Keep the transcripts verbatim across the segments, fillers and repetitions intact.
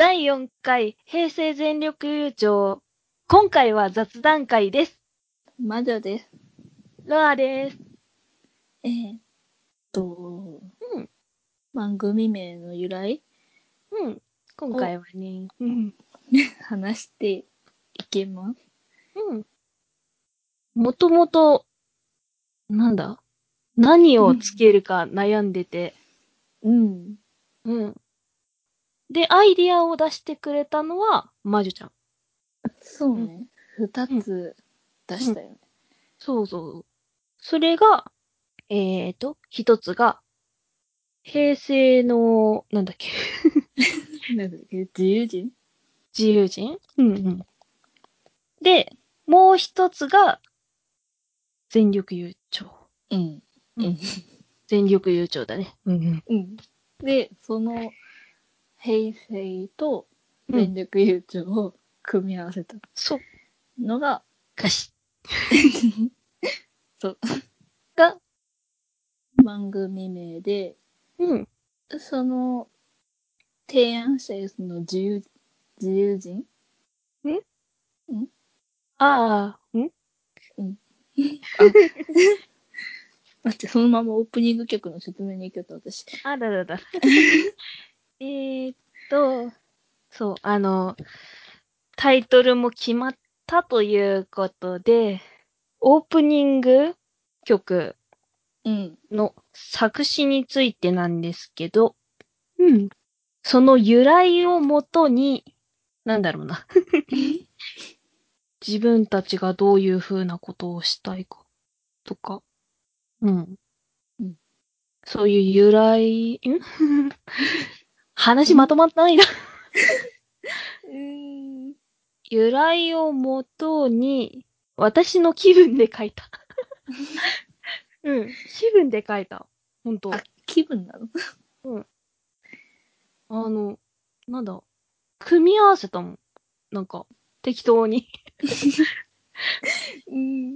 だいよんかい平成全力優勝。今回は雑談会です。 魔女です。 ロアです。 えー、っと、 うん。 番組名の由来うん。今回はね、うん。 話していけます。 うん。もともと、なんだ何をつけるか悩んでて。 うん。 うん。で、アイディアを出してくれたのは、魔女ちゃん。 そうね。二、 うん。 つ出うん。 したよね。 そうそう。それが、えーと、一つが、平成の、なんだっけ。 なんだっけ、自由人自由人うんうん。で、もう一つが、全力優勝。 うん。 うん。 うん。 全力優勝だね。うんうん。 うん。で、その平成とうん。 全力優勝を組み合わせたそう。 のが、 歌詞そう、 が、 番組名で、 うん。 その提案者その自由、自由人んんああ、んうん。あ、待って、そのままオープニング曲の説明に行けた、私。 あららら。えーっと、そう、あの、タイトルも決まったということで、オープニング曲うん。 の作詞についてなんですけど、うん。その由来をもとに、なんだろうな。自分たちがどういう風なことをしたいかとか、うん。 うん。 そういう由来、ん話まんとまってないな。 うーん。 由来をもとに、私の気分で書いた。うん。気分で書いた。ほんと。 あ、気分なのうん。あの、なんだ。組み合わせたもん。なんか、適当に。 うん。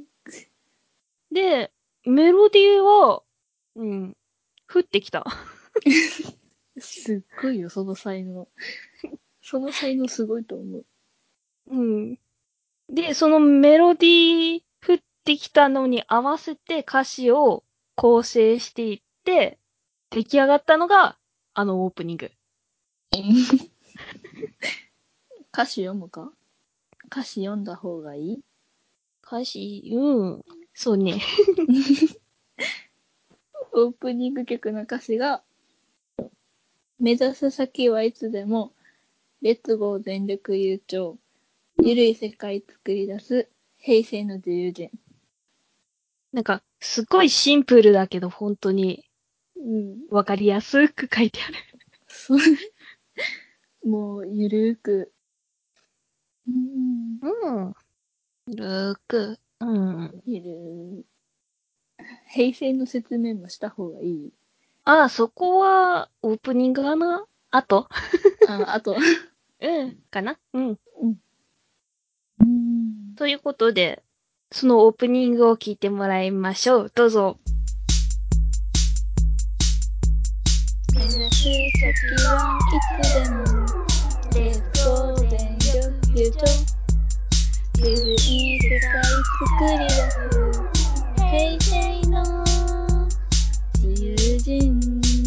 で、メロディーは、うん、降ってきた。 すっごいよ、その才能。その才能すごいと思う。 うん。で、そのメロディー降ってきたのに合わせて歌詞を構成していって、出来上がったのが、あのオープニング。 歌詞読むか歌詞読んだ方がいい歌詞、うん。そうね。 オープニング曲の歌詞が、目指す先はいつでも、レッツゴー全力優勝。ゆるい世界作り出す、平成の自由人。 なんか、すごいシンプルだけど、本当にうん。 わかりやすく書いてある。 それ、もう、ゆるーく。うん。 うん。るーく。うん。 ゆるー。平成の説明もした方がいいああ、そこは、オープニングかなあとあ、あと、 うん。かなうん。 うん。うん。 ということで、そのオープニングを聞いてもらいましょう。どうぞ。 目指す先はいつでも、レッツゴー全力優勝。ゆるい世界作り出す、平成の自由人。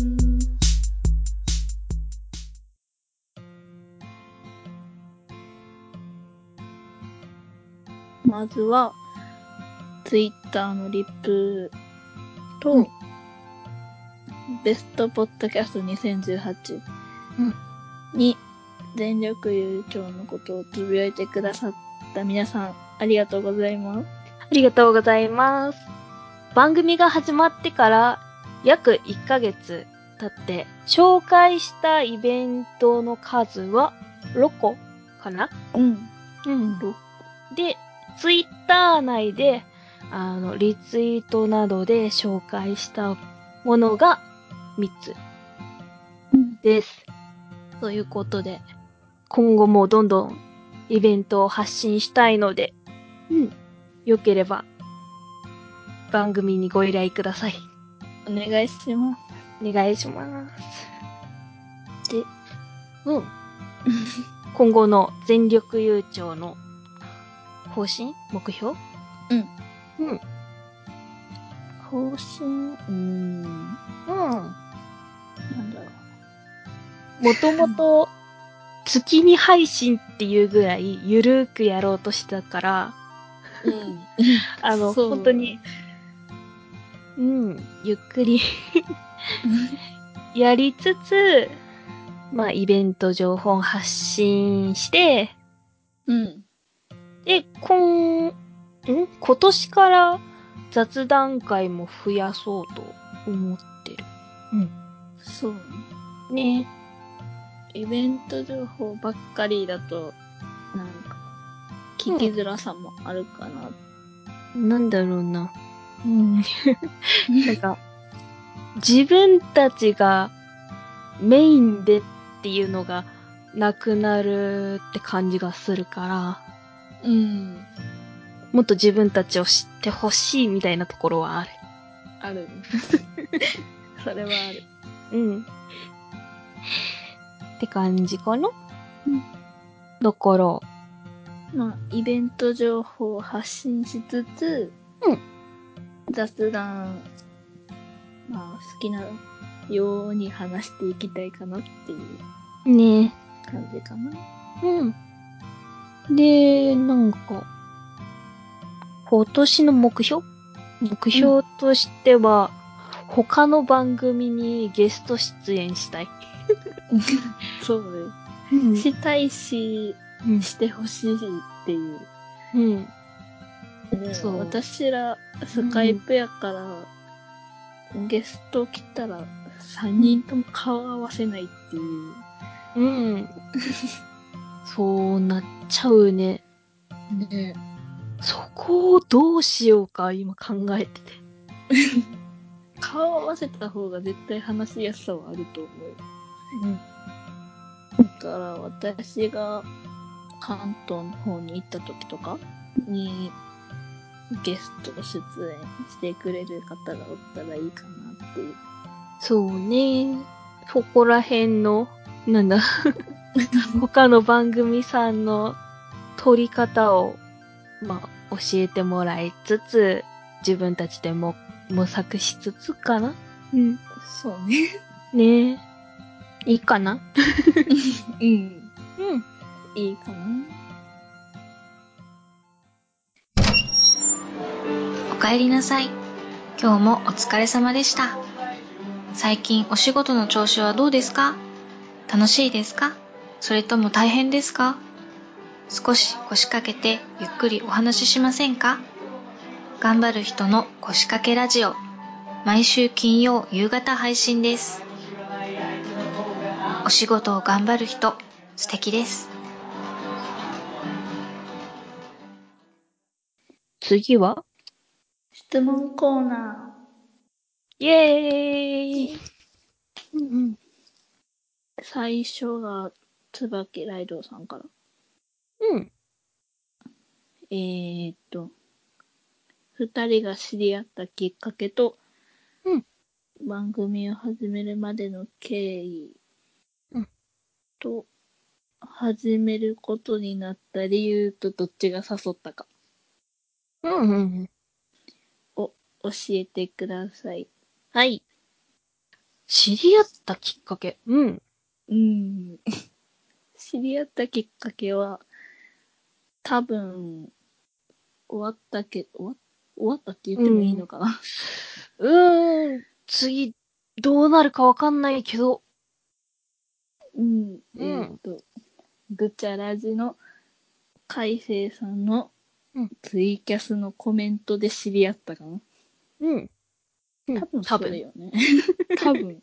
まずは、ツイッターのリップと、うん、ベストポッドキャストにせんじゅうはちに全力優勝のことをつぶやいてくださった皆さん、ありがとうございます。 ありがとうございます。番組が始まってから約いっかげつ経って、紹介したイベントの数はろっこかなうん。 うん。で、ツイッター内で、あの、リツイートなどで紹介したものがみっつです。うん、ということで、今後もどんどんイベントを発信したいので、うん。よければ、番組にご依頼ください。 お願いします。 お願いします。 で、 うん。 今後の全力優勝の方針目標うん。 うん。 方針、うーん。 うん。 なんだろう。 もともと、月に配信っていうぐらい、ゆるーくやろうとしたから、 うん。 あの、 そう本当に、うん、ゆっくりやりつつ、まあ、イベント情報発信して、 うん。 で、今、ん今年から雑談会も増やそうと思ってる。 そううん。ね。 イベント情報ばっかりだと、なんか、聞きづらさもあるかな。 なんだろうな。うん。なんか、自分たちがメインでっていうのがなくなるって感じがするから、 うん。 もっと自分たちを知ってほしいみたいなところはある。 ある。それはある。 うん。って感じかな。 うん。 だから、 まあ、イベント情報を発信しつつ、 うん。 雑談、まあ、好きなように話していきたいかなっていうね感じかな。 うん。で、なんか、今年の目標目標としては、他の番組にゲスト出演したい。 そううね。したいし、 うん。 してほしいっていう。 うん。 でもそう。 私らスカイプやから、ゲスト来たらさんにんとも顔合わせないっていう。 うん。そうなっちゃうね。 ねそこをどうしようか、今考えてて。 顔合わせた方が絶対話しやすさはあると思う。 うん。 だから私が関東の方に行った時とかにゲスト出演してくれる方がおったらいいかなっていう。 そうね。そこら辺の、なんだ、他の番組さんの撮り方を、まあ、教えてもらいつつ、自分たちでも模索しつつかな。うん。 そうね。 ねえ。いいかな。 うん。 うん。 いいかな。 おかえりなさい。今日もお疲れ様でした。最近お仕事の調子はどうですか？楽しいですか？それとも大変ですか？少し腰掛けてゆっくりお話ししませんか？頑張る人の腰掛けラジオ。毎週金曜夕方配信です。お仕事を頑張る人、素敵です。 次は質問コーナイエーイ。うんうん。 ー。最初が椿ライドウさんから。 うん。 えーっと、二人が知り合ったきっかけと、 うん。 番組を始めるまでの経緯うんと、始めることになった理由とどっちが誘ったかうんうん。 を教えてください。 はい。知り合ったきっかけ。うん。 うん。知り合ったきっかけは、多分、終わったけ、終わ終わったって言ってもいいのかな。 うーん。次、どうなるかわかんないけど。 うん。えうん。 ーっと、ぐちゃらじの海星さんのうん。 ツイキャスのコメントで知り合ったかな。 うん。うん。 多分多分。 それよね。多分。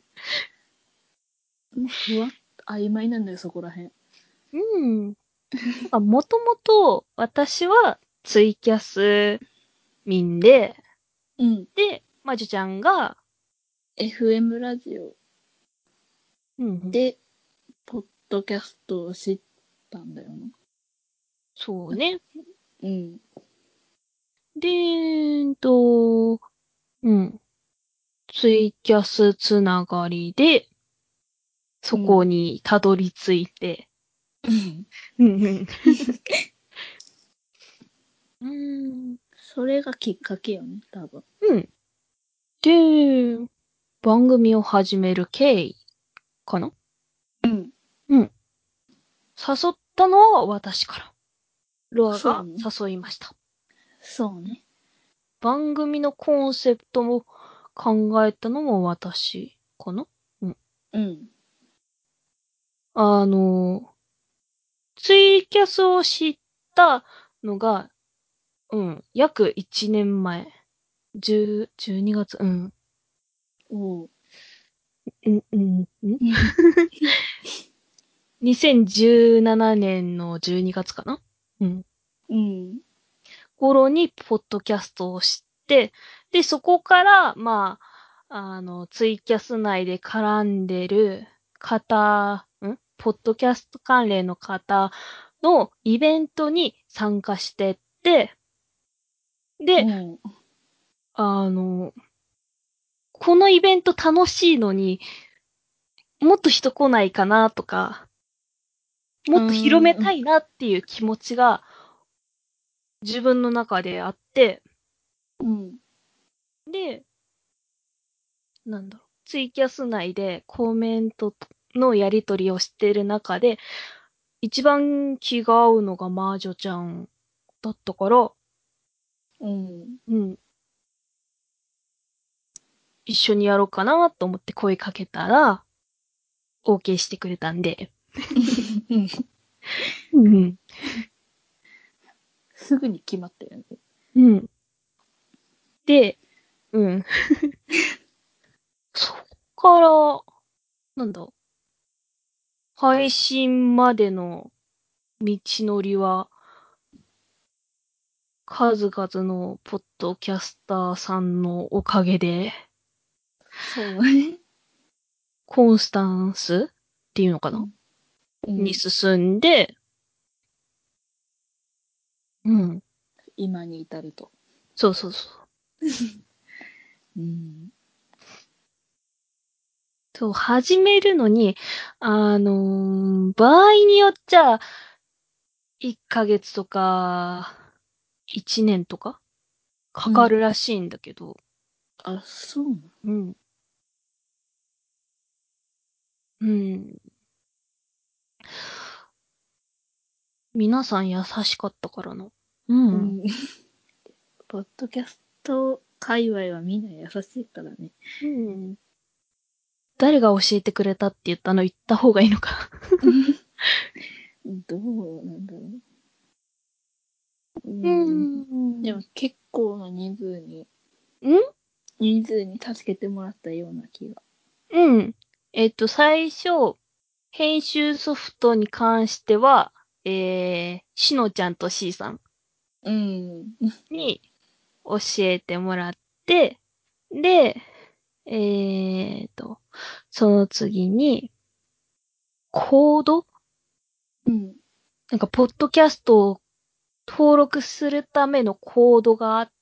ふわっ曖昧なんだよ、そこらへん。 うん。なんか、もともと、私は、ツイキャス民で、 うん。 で、まじゅちゃんが、 エフエム ラジオうんうん、 で、ポッドキャストを知ったんだよな。 そうね。 うん。 で、えーっと、うん。ツイキャスつながりで、そこうん。 にたどり着いて、 うんうんうん。 それがきっかけよね、多分。 うん。で、番組を始める経緯かな。 うん。 うん。誘ったのは私から。ロアがそうね。 誘いました。 そうね。 番組のコンセプトも考えたのも私かな。うん。 うん。 あの、ツイキャスを知ったのが、うん、約いちねんまえ。じゅう、じゅうにがつ、うん。 おう。 うん、うん、んにせんじゅうななねんのじゅうにがつかな。うん。 うん。 頃に、ポッドキャストを知って、で、そこから、まあ、あの、ツイキャス内で絡んでる方、んポッドキャスト関連の方のイベントに参加してって、で、 うん。 あの、このイベント楽しいのに、もっと人来ないかなとか、もっと広めたいなっていう気持ちが自分の中であって、 うん。 で、なんだろう、ツイキャス内でコメントのやり取りをしてる中で、一番気が合うのがマージョちゃんだったから、 うん。 うん、一緒にやろうかなと思って声かけたら、OK してくれたんで。うん。 すぐに決まったよね。 うん。で、うん。そっから、なんだ、配信までの道のりは、数々のポッドキャスターさんのおかげで、 そうね。 コンスタンスっていうのかな、 うん。 に進んで、うん。 今に至ると。 そうそうそう。 うん。 そう、始めるのに、あのー場合によっちゃ、いっかげつとか、いちねんとか、かかるらしいんだけど、 あ、そうなの。 うん。うん。皆さん優しかったからな。うん。 うん。ポッドキャスト界隈はみんな優しいからね。 うん。誰が教えてくれたって言ったの言った方がいいのか。 どうなんだろう。ううん。 ん。んでも結構な人数に、 うん。 人数に助けてもらったような気が。 うん。えっと、最初、編集ソフトに関しては、えー、しのちゃんと C さんうん。 に教えてもらって、で、えーと、その次に、コードうん。 なんか、ポッドキャストを登録するためのコードがあって、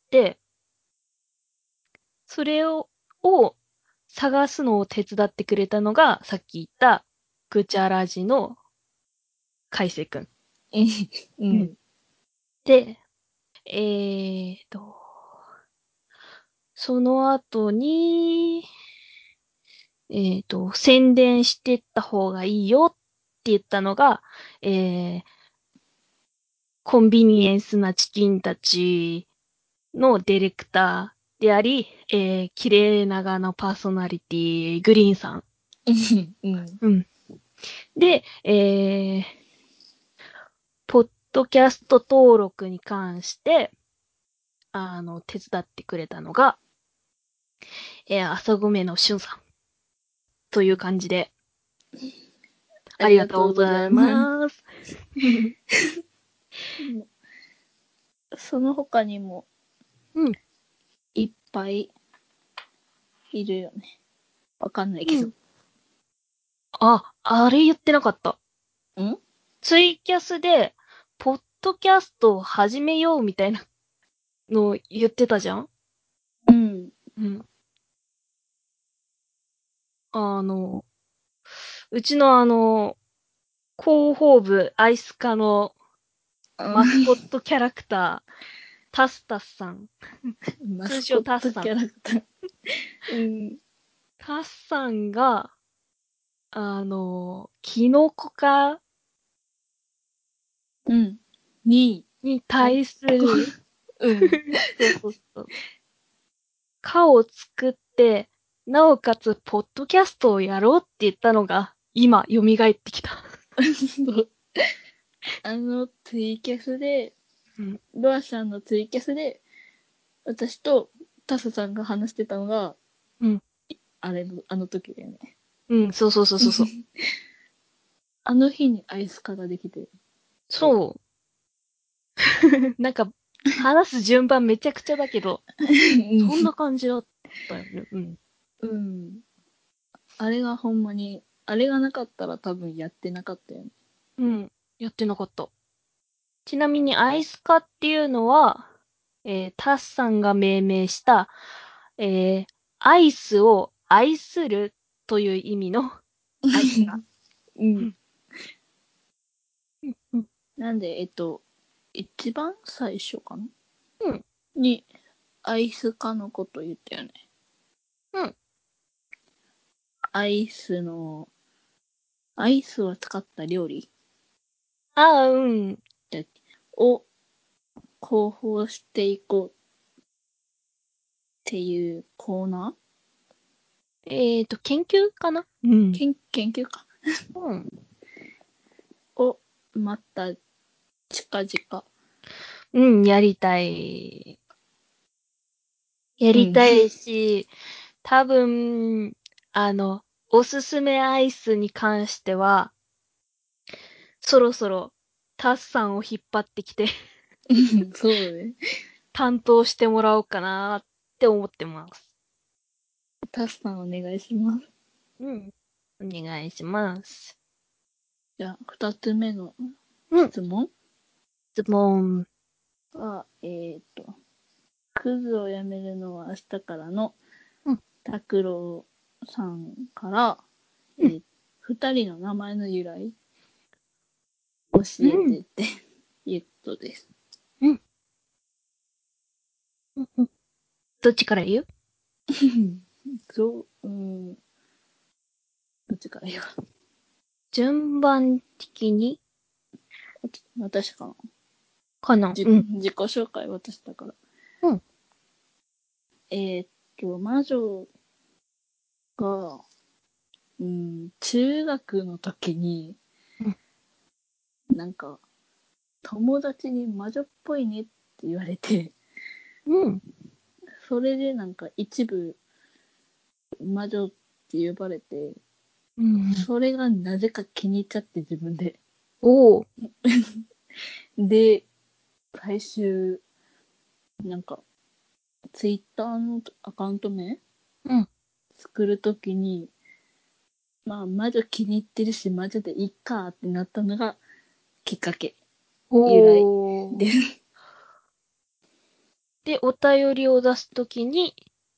それを、を探すのを手伝ってくれたのが、さっき言った、ぐちゃらじの海星くん。 ううん。 ん。 で、えーと、その後に、えっと、宣伝してった方がいいよって言ったのが、えー、コンビニエンスなチキンたちのディレクターであり、えー、綺麗長のパーソナリティ、グリーンさん。 うん。 うん。で、えー、ポッドキャスト登録に関して、あの、手伝ってくれたのが、えー、朝ごめのしゅんさん。という感じで、ありがありがとうごとうございざいます。 ます。 その他にもうん。 いっぱいいるよね。わかんないけど。 うん。あ、あれ言ってなかった。 んツイキャスで、ポッドキャストを始めようみたいなのを言ってたじゃん。 うん。 うん。あの、うちのあの、 広報部アイス科のマスコットキャラクター、タスタスさん。通称タスさん。 マスコットキャラクター。うん。 タスさんが、あの、キノコ科うん。に、 に対する、 うん。 そうそうそう。科を作って、なおかつ、ポッドキャストをやろうって言ったのが、今、蘇ってきた。 あの、ツイキャスで、 うん、 ロアさんのツイキャスで、私とタスさんが話してたのが、 うん。 あれの、あの時だよね。 うん、そうそうそうそうそう。 あの日にアイス化ができて。 そう。なんか、話す順番めちゃくちゃだけど、そんな感じだったよね。うん。 うん。あれがほんまに、あれがなかったら多分やってなかったよね。 うん。やってなかった。ちなみに、アイス化っていうのは、えー、タスさんが命名した、えー、アイスを愛するという意味のアイス化。 うん。 うんうんなんで、えっと、一番最初かなうん。 に、アイス化のこと言ったよね。 うん。 アイスの、アイスを使った料理ああ、うん。 を広報していこうっていうコーナえっと、研究かなうん。 ー研研究か。 うん。 を、また、近々。 うん、やりたい。やうん。 りたいし、多分、あの、おすすめアイスに関しては、そろそろ、タスさんを引っ張ってきてそうね。 担当してもらおうかなって思ってます。 タスさんお願いします。 うん。お願いします。 じゃあ、二つ目のうん。 質問質問。 は、えーっと、クズをやめるのは明日からのうん。 拓郎さんから、えうん。 ー、二人の名前の由来教えうん。 てっていうことです。 うん。うん。うん。どっちから言うそう、うん、どっちから言うか。 順番的に私かな。 かなじうん。 自己紹介渡したから。 うん。 えーっと、魔女が、うん、中学の時に、 うん。 なんか、友達に魔女っぽいねって言われて、 うん。 それでなんか一部魔女って呼ばれて、 うん。 それがなぜか気に入っちゃって自分で。 おー。 で、最終、なんか、ツイッターのアカウント名うん。 作るときに、まあ、魔女気に入ってるし、魔女でいいかってなったのがきっかけ、由来おー。 です。 で、お便りを出すときに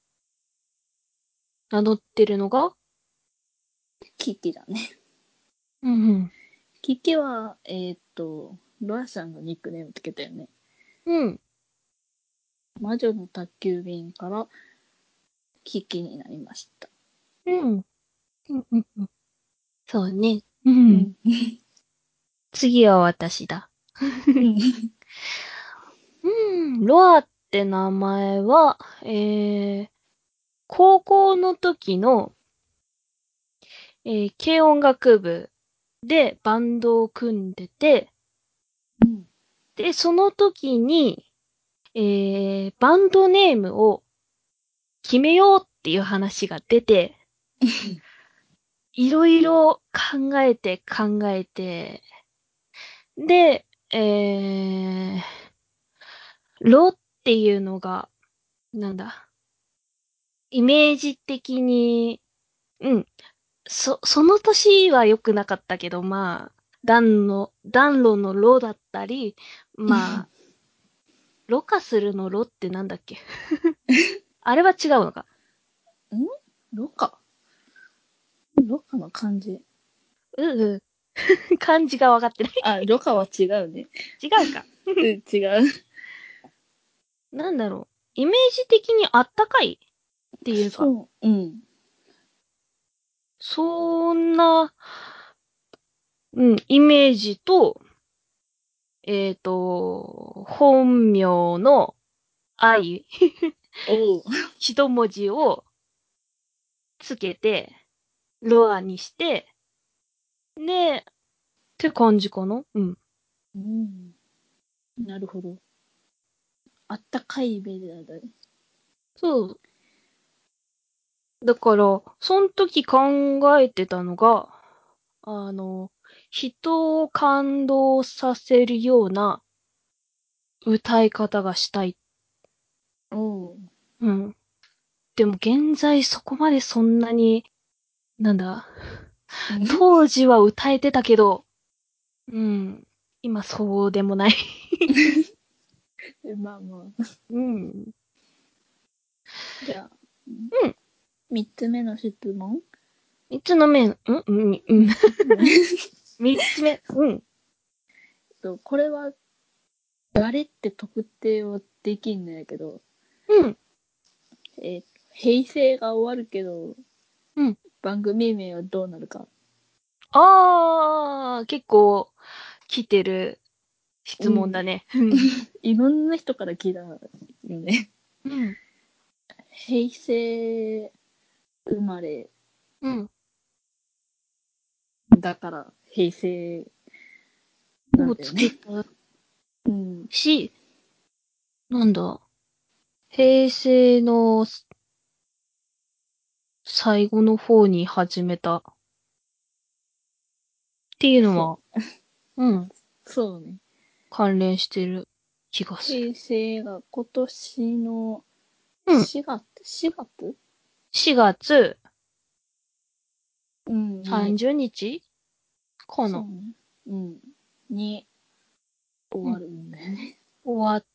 名乗ってるのがキキだね。 うんうん。 キキは、えーっと、ロアさんがニックネームつけたよね。 うん。 魔女の宅急便からキキになりました。 うん。うんうんうん。そうね。ううん。 ん。 次は私だ。 うん。 うん。ロアって名前は、えー、高校の時の、えー、軽音楽部でバンドを組んでて、で、その時に、えー、バンドネームを決めようっていう話が出て、いろいろ考えて考えて、で、えー、ロっていうのが、なんだ、イメージ的に、うん、そ、その年は良くなかったけど、まあ、暖の、暖炉の炉だったり、まあ、ろ過するの炉ってなんだっけあれは違うのか。 んロカロカの漢字。 うんうん。 漢字が分かってない。 あ、ろ過は違うね。 違うか。 うん、違う。 なんだろう。イメージ的にあったかいっていうか、 そう、うん。 そんな、うん、イメージと、えっ、と、本名の愛、 おう。 一文字をつけて、ロアにして、で、って感じかな。うん。 うん。なるほど。あったかいイメージなんだね。 そう。だから、その時考えてたのが、あの、人を感動させるような歌い方がしたい。 おう。 うん。でも現在そこまでそんなに、なんだ、当時は歌えてたけど、うん。今そうでもない。 まあまあ。 うん。 じゃあ、 うん。 三つ目の質問。 三つの目、んうんうん。三つ目。うん。 とこれは誰って特定はできんのやけど、 うん。 えー平成が終わるけど、 うん。 番組名はどうなるか。 あー、結構来てる質問だね。うん。 いろんな人から聞いたよね。 うん。 平成生まれうん。 だから平成なんをだよね。 つけたうん。 し、なんだ、平成の最後の方に始めたっていうのは、 そう。 うん、 そうね。 関連してる気がする。 平成が今年のうん。 しがつ ?し 月しがつうんに、 さんじゅうにちかな。 そうね。うん。に終うん。 わるんだよね。 終わって、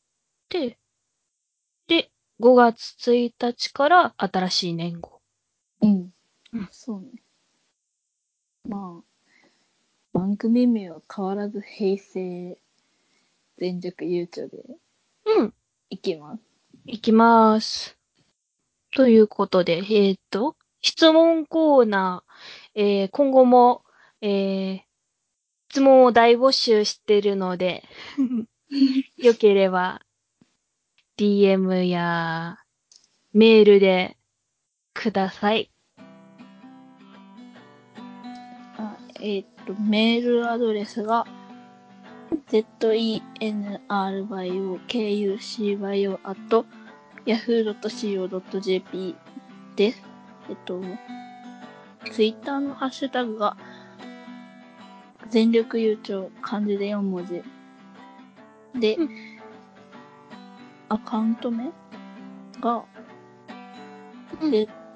で、ごがつついたちから新しい年号。 うん。 うん。 そうね。まあ、番組名は変わらず平成全力悠長でうん。 いきます。 いきまーす。ということで、えっと、質問コーナー、えー今後も、えー質問を大募集してるので、よければ ディーエム やメールでください。 あえーっと、メールアドレスが zenryokucyo あと ヤフードットシーオードットジェーピー です。えっと、ツイッターのハッシュタグが全力悠長漢字でよん文字で、 うん、 アカウント名が、 うん、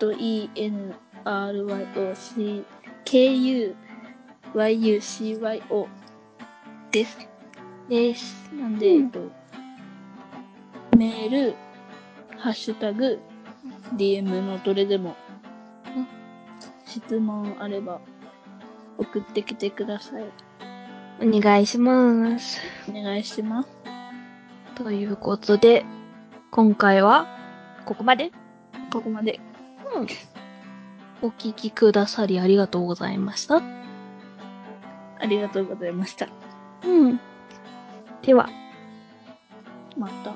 zenryokucyo です。 です。 なんで、 うん、 えっと、メール、ハッシュタグ、ディーエム のどれでも、 うん、 質問あれば送ってきてください。 お願いします。 お願いします。 ということで、今回はここまで。 ここまで。 うん。お聞きくださりありがとうございました。 ありがとうございました。 うん。では、 また。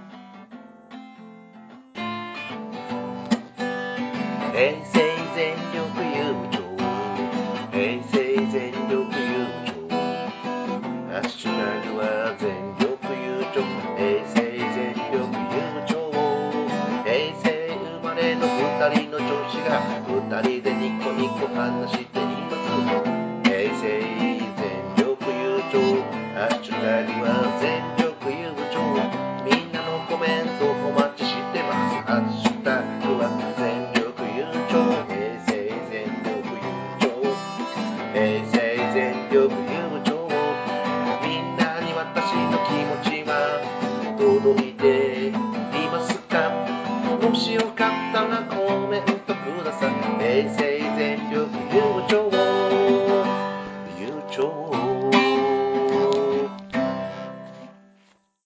平成全力悠長平成全力悠長ハッシュタグは全力悠長平成全力悠長平成生まれの二人の女子が二人でニコニコ話しています平成全力悠長ハッシュタグは全力悠長みんなのコメントお待ちしてますハッシュタグは全力悠長平成全力悠長平成全力悠長みんなに私の気持ちは届いていますかもしよかったらコメントください平成全力